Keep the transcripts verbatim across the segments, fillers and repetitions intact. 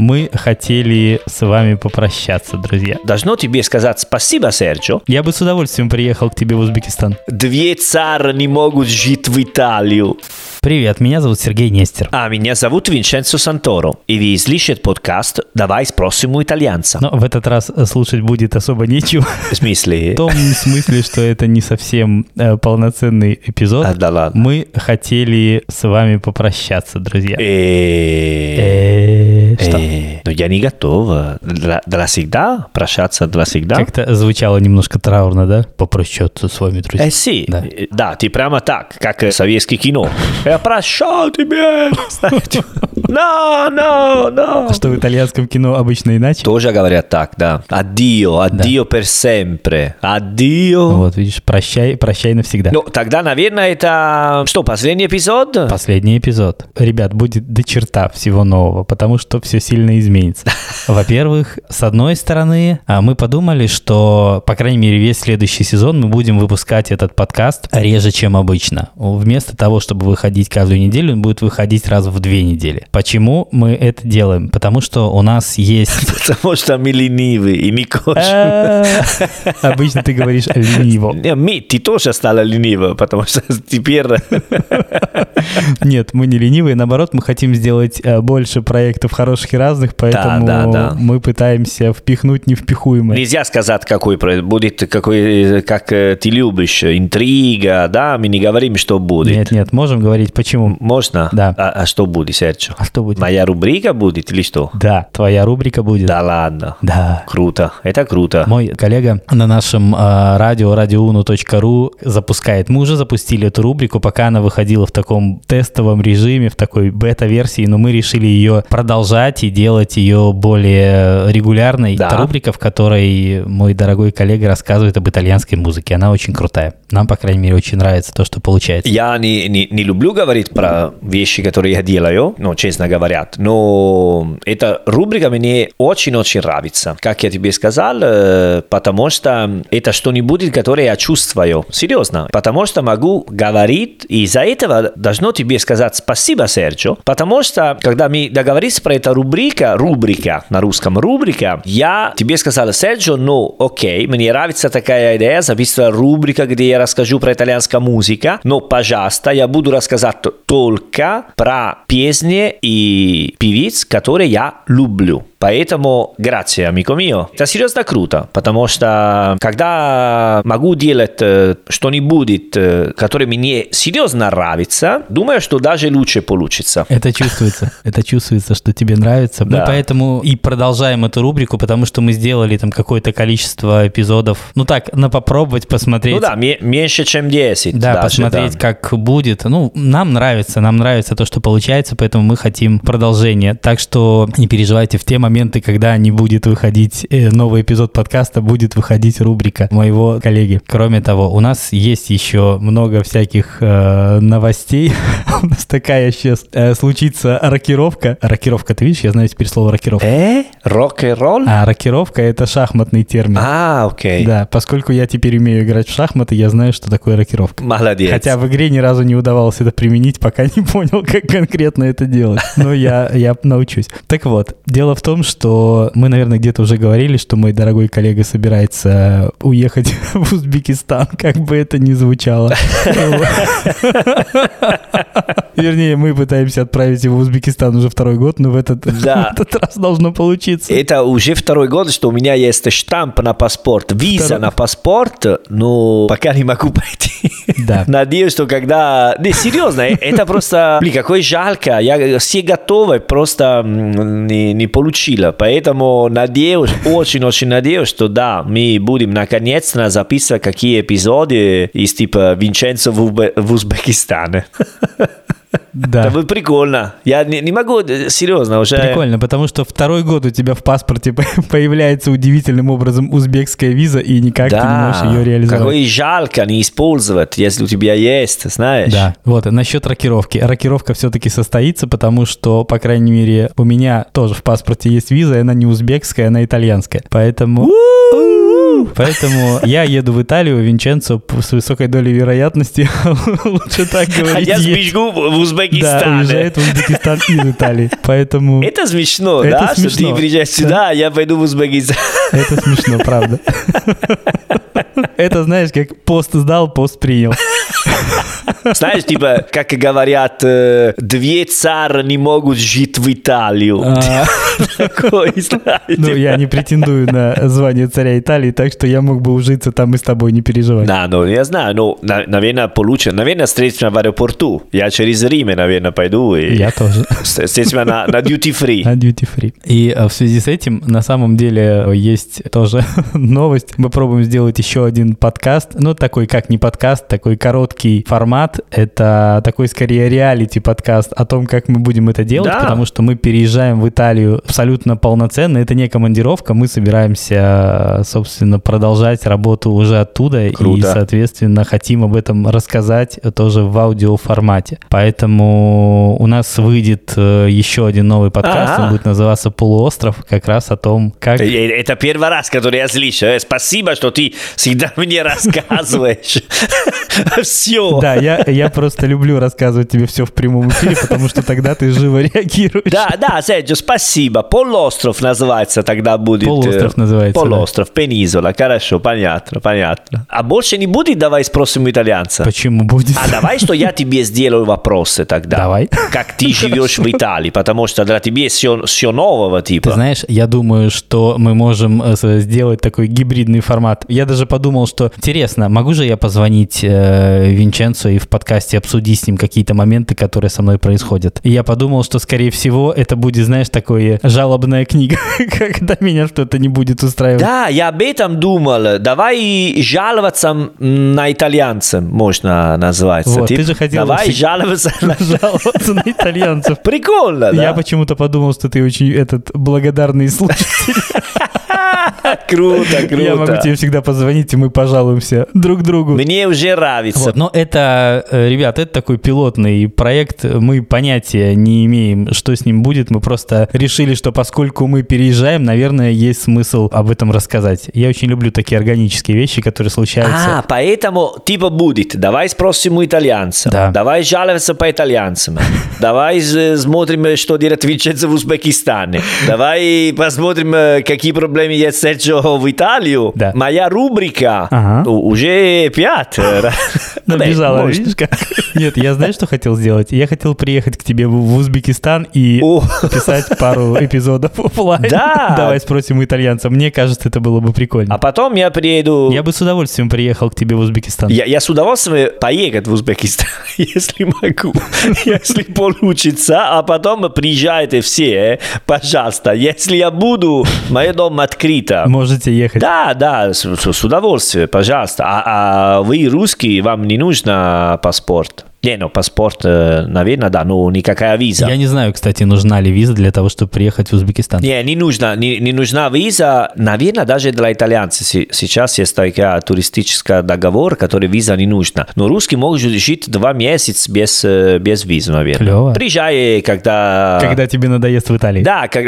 Мы хотели с вами попрощаться, друзья. Должно тебе сказать спасибо, Серджо. Я бы с удовольствием приехал к тебе в Узбекистан. Две цары не могут жить в Италию. Привет, меня зовут Сергей Нестер. А меня зовут Винченцо Санторо. И вы слышите подкаст «Давай спросим у итальянца». Но в этот раз слушать будет особо нечего. В смысле? В том смысле, что это не совсем э, полноценный эпизод. А, да ладно. Мы хотели с вами попрощаться, друзья. Э, Что? Но я не готова. Для, для всегда? Прощаться для всегда? Как-то звучало немножко траурно, да? Попрощаться с вами, друзья. Э, си. Да. Э, Да, ты прямо так, как советское кино. Я прощаю тебя. No, no, no. А что в итальянском кино обычно иначе? Тоже говорят так, да. Аддио, аддио per sempre. Аддио. Вот, видишь, прощай, прощай навсегда. Ну, тогда, наверное, это... Что, последний эпизод? Последний эпизод. Ребят, будет до черта всего нового, потому что все сильно изменится. Во-первых, с одной стороны, мы подумали, что, по крайней мере, весь следующий сезон мы будем выпускать этот подкаст реже, чем обычно. Вместо того, чтобы выходить каждую неделю, он будет выходить раз в две недели. Почему мы это делаем? Потому что у нас есть... Потому что мы ленивые и не хочем. Обычно ты говоришь лениво. Мы, ты тоже стала ленива, потому что теперь... Нет, мы не ленивые, наоборот, мы хотим сделать больше проектов хороших и разных, поэтому да, да. мы пытаемся впихнуть невпихуемое. Нельзя сказать, какой будет, какой, как ты любишь, интрига, да? Мы не говорим, что будет. Нет, нет, можем говорить, почему. Можно? Да. А, а что будет, Серджо? А что будет? Моя рубрика будет или что? Да, твоя рубрика будет. Да ладно. Да. Круто. Это круто. Мой коллега на нашем э, радио радиоуну точка ру запускает. Мы уже запустили эту рубрику, пока она выходила в таком тестовом режиме, в такой бета-версии, но мы решили ее продолжать и делать ее более регулярной. Да. Это рубрика, в которой мой дорогой коллега рассказывает об итальянской музыке. Она очень крутая. Нам, по крайней мере, очень нравится то, что получается. Я не, не, не люблю говорить про вещи, которые я делаю, ну, честно говоря, но эта рубрика мне очень-очень нравится. Как я тебе сказал, потому что это что-нибудь, которое я чувствую. Серьезно. Потому что могу говорить, и из-за этого должно тебе сказать спасибо, Серджо, потому что, когда мы договорились про эту рубрика, рубрика, на русском рубрика, я тебе сказал, Серджо, ну, окей, мне нравится такая идея, записывать рубрика, где я расскажу про итальянскую музыку, но, пожалуйста, я буду рассказать только про песни и певиц, которые я люблю. Поэтому, grazie, amico mio. Это серьезно круто, потому что когда могу делать э, что-нибудь, э, которое мне серьезно нравится, думаю, что даже лучше получится. Это чувствуется. Это чувствуется, что тебе нравится. Да. Мы поэтому и продолжаем эту рубрику, потому что мы сделали там какое-то количество эпизодов. Ну так, на попробовать, посмотреть. Ну да, ме- меньше, чем десять. Да, даже, посмотреть, да. как будет. Ну, нам нравится, нам нравится то, что получается, поэтому мы хотим продолжения. Так что не переживайте, в те моменты, когда не будет выходить новый эпизод подкаста, будет выходить рубрика моего коллеги. Кроме того, у нас есть еще много всяких э, новостей. У нас такая сейчас э, случится рокировка. Рокировка, ты видишь, я знаю теперь слово рокировка. Э? Рок-н-ролл? А рокировка — это шахматный термин. А, окей. Да, поскольку я теперь умею играть в шахматы, я знаю, что такое рокировка. Молодец. Хотя в игре ни разу не удавалось это применить, пока не понял, как конкретно это делать. Но я, я научусь. Так вот, дело в том, что мы, наверное, где-то уже говорили, что мой дорогой коллега собирается уехать в Узбекистан, как бы это ни звучало. Вернее, мы пытаемся отправить его в Узбекистан уже второй год, но в этот, Да. в этот раз должно получиться. Это уже второй год, что у меня есть штамп на паспорт, виза Второй. на паспорт, но пока не могу пойти. Да. Надеюсь, что когда... Не, серьезно, это просто... Блин, какой жалко. Я все готовы, просто м, не, не получила. Поэтому надеюсь, очень-очень надеюсь, что да, мы будем наконец-то записывать какие эпизоды из типа Винченцо в, Узбе- в Узбекистане. Да. Это будет прикольно. Я не, не могу, серьезно, уже... Прикольно, потому что второй год у тебя в паспорте появляется удивительным образом узбекская виза, и никак да, ты не можешь ее реализовать. Какой жалко не использовать, если у тебя есть, знаешь. Да, вот, насчет рокировки. Рокировка все-таки состоится, потому что, по крайней мере, у меня тоже в паспорте есть виза, и она не узбекская, она итальянская. Поэтому... Поэтому я еду в Италию, Винченцо с высокой долей вероятности, лучше так говорить. А я сбегу в Узбекистан. Да, уезжает в Узбекистан из Италии. Поэтому... Это смешно, это да? Смешно. Что ты приезжаешь сюда, да. А я пойду в Узбекистан. Это смешно, правда. Это, знаешь, как пост сдал, пост принял. Знаешь, типа, как говорят, э, две цары не могут жить в Италию. А... Такой, знаешь, ну, типа... я не претендую на звание царя Италии, так что я мог бы ужиться там и с тобой, не переживай. Да, ну, я знаю, ну, на, наверное, получится. Наверное, встретимся в аэропорту. Я через Рим, наверное, пойду. И... Я тоже. Встретимся на, на duty free. На duty free. И в связи с этим, на самом деле, есть тоже новость. Мы пробуем сделать еще один подкаст. Ну, такой, как не подкаст, такой короткий формат. Это такой, скорее, реалити-подкаст о том, как мы будем это делать, да. Потому что мы переезжаем в Италию абсолютно полноценно. Это не командировка. Мы собираемся, собственно, продолжать работу уже оттуда. Круто. И, соответственно, хотим об этом рассказать тоже в аудиоформате. Поэтому у нас выйдет еще один новый подкаст. А-а-а. Он будет называться «Полуостров», как раз о том, как... Это первый раз, который я слышу. Спасибо, что ты всегда мне рассказываешь. Все. Да, я, я просто люблю рассказывать тебе все в прямом эфире, потому что тогда ты живо реагируешь. Да, да, Серджио, спасибо. Полуостров называется тогда будет. Полуостров называется. Полуостров, да. Пенизола. Хорошо, понятно, понятно. А больше не будет, давай спросим у итальянца. Почему будет? А давай, что я тебе сделаю вопросы тогда. Давай. Как ты живешь в Италии, потому что для тебя все, все нового типа. Ты знаешь, я думаю, что мы можем сделать такой гибридный формат. Я даже подумал, что интересно, могу же я позвонить э, Винченцо и в подкасте обсудить с ним какие-то моменты, которые со мной происходят. И я подумал, что, скорее всего, это будет, знаешь, такое жалобная книга, когда меня что-то не будет устраивать. Да, я об этом думал. Давай жаловаться на итальянца, можно назвать. Вот, ты же хотел... Давай жаловаться на... жаловаться на итальянцев. Прикольно, да? Я почему-то подумал, что ты очень этот благодарный слушатель. Круто, круто. Я могу тебе всегда позвонить, и мы пожалуемся друг другу. Мне уже нравится. Вот, но это, ребят, это такой пилотный проект. Мы понятия не имеем, что с ним будет. Мы просто решили, что поскольку мы переезжаем, наверное, есть смысл об этом рассказать. Я очень люблю такие органические вещи, которые случаются. А, поэтому типа будет. Давай спросим у итальянца. Да. Давай жаловаться по итальянцам. Давай смотрим, что делает Винченцо в Узбекистане. Давай посмотрим, какие проблемы есть Серджио в Италию. Да. Моя рубрика ага. уже пять. Набежала, видишь как? Нет, я знаешь, что хотел сделать? Я хотел приехать к тебе в Узбекистан и писать пару эпизодов офлайн. Да. Давай спросим у итальянца. Мне кажется, это было бы прикольно. А потом я приеду... Я бы с удовольствием приехал к тебе в Узбекистан. Я, я с удовольствием поехать в Узбекистан, если могу, если получится. А потом приезжайте все, пожалуйста. Если я буду, мой дом открыт. Можете ехать. Да, да, с, с удовольствием, пожалуйста. А, а вы русские, вам не нужно паспорт? Не, ну паспорт, наверное, да, но никакая виза. Я не знаю, кстати, нужна ли виза для того, чтобы приехать в Узбекистан. Не, не нужна, не, не нужна виза. Наверное, даже для итальянцев сейчас есть такая туристический договор, который виза не нужна. Но русские могут жить два месяца без, без визы, наверное. Клево. Приезжай, когда... Когда тебе надоест в Италии. Да, когда...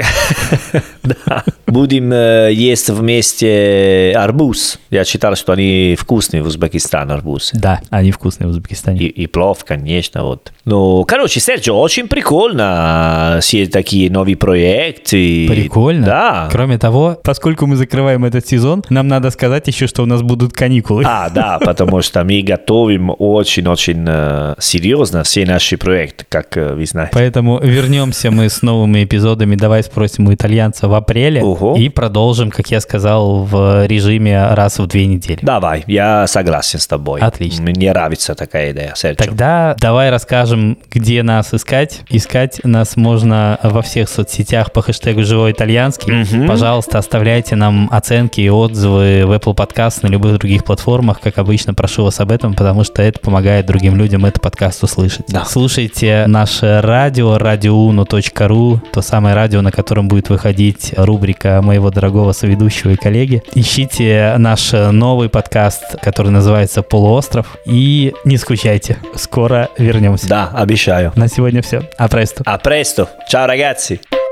да. Будем есть вместе арбуз. Я читал, что они вкусные в Узбекистане, арбузы. Да, они вкусные в Узбекистане. И, и плов, конечно, вот. Ну, короче, Серджио, очень прикольно все такие новые проекты. Прикольно. Да. Кроме того, поскольку мы закрываем этот сезон, нам надо сказать еще, что у нас будут каникулы. А, да, потому что мы готовим очень-очень э, серьезно все наши проекты, как э, вы знаете. Поэтому вернемся мы с новыми эпизодами «Давай спросим у итальянца» в апреле. Ого. И продолжим, как я сказал, в режиме раз в две недели. Давай, я согласен с тобой. Отлично. Мне нравится такая идея, Серджио. Тогда давай расскажем, где нас искать. Искать нас можно во всех соцсетях по хэштегу «Живой итальянский». Угу. Пожалуйста, оставляйте нам оценки и отзывы в Apple Podcast, на любых других платформах. Как обычно, прошу вас об этом, потому что это помогает другим людям этот подкаст услышать. Да. Слушайте наше радио, радиоуно точка ру, то самое радио, на котором будет выходить рубрика моего дорогого соведущего и коллеги. Ищите наш новый подкаст, который называется «Полуостров», и не скучайте. Скоро вернемся. Да, обещаю. На сегодня все. А престо. А престо. Ciao, ragazzi.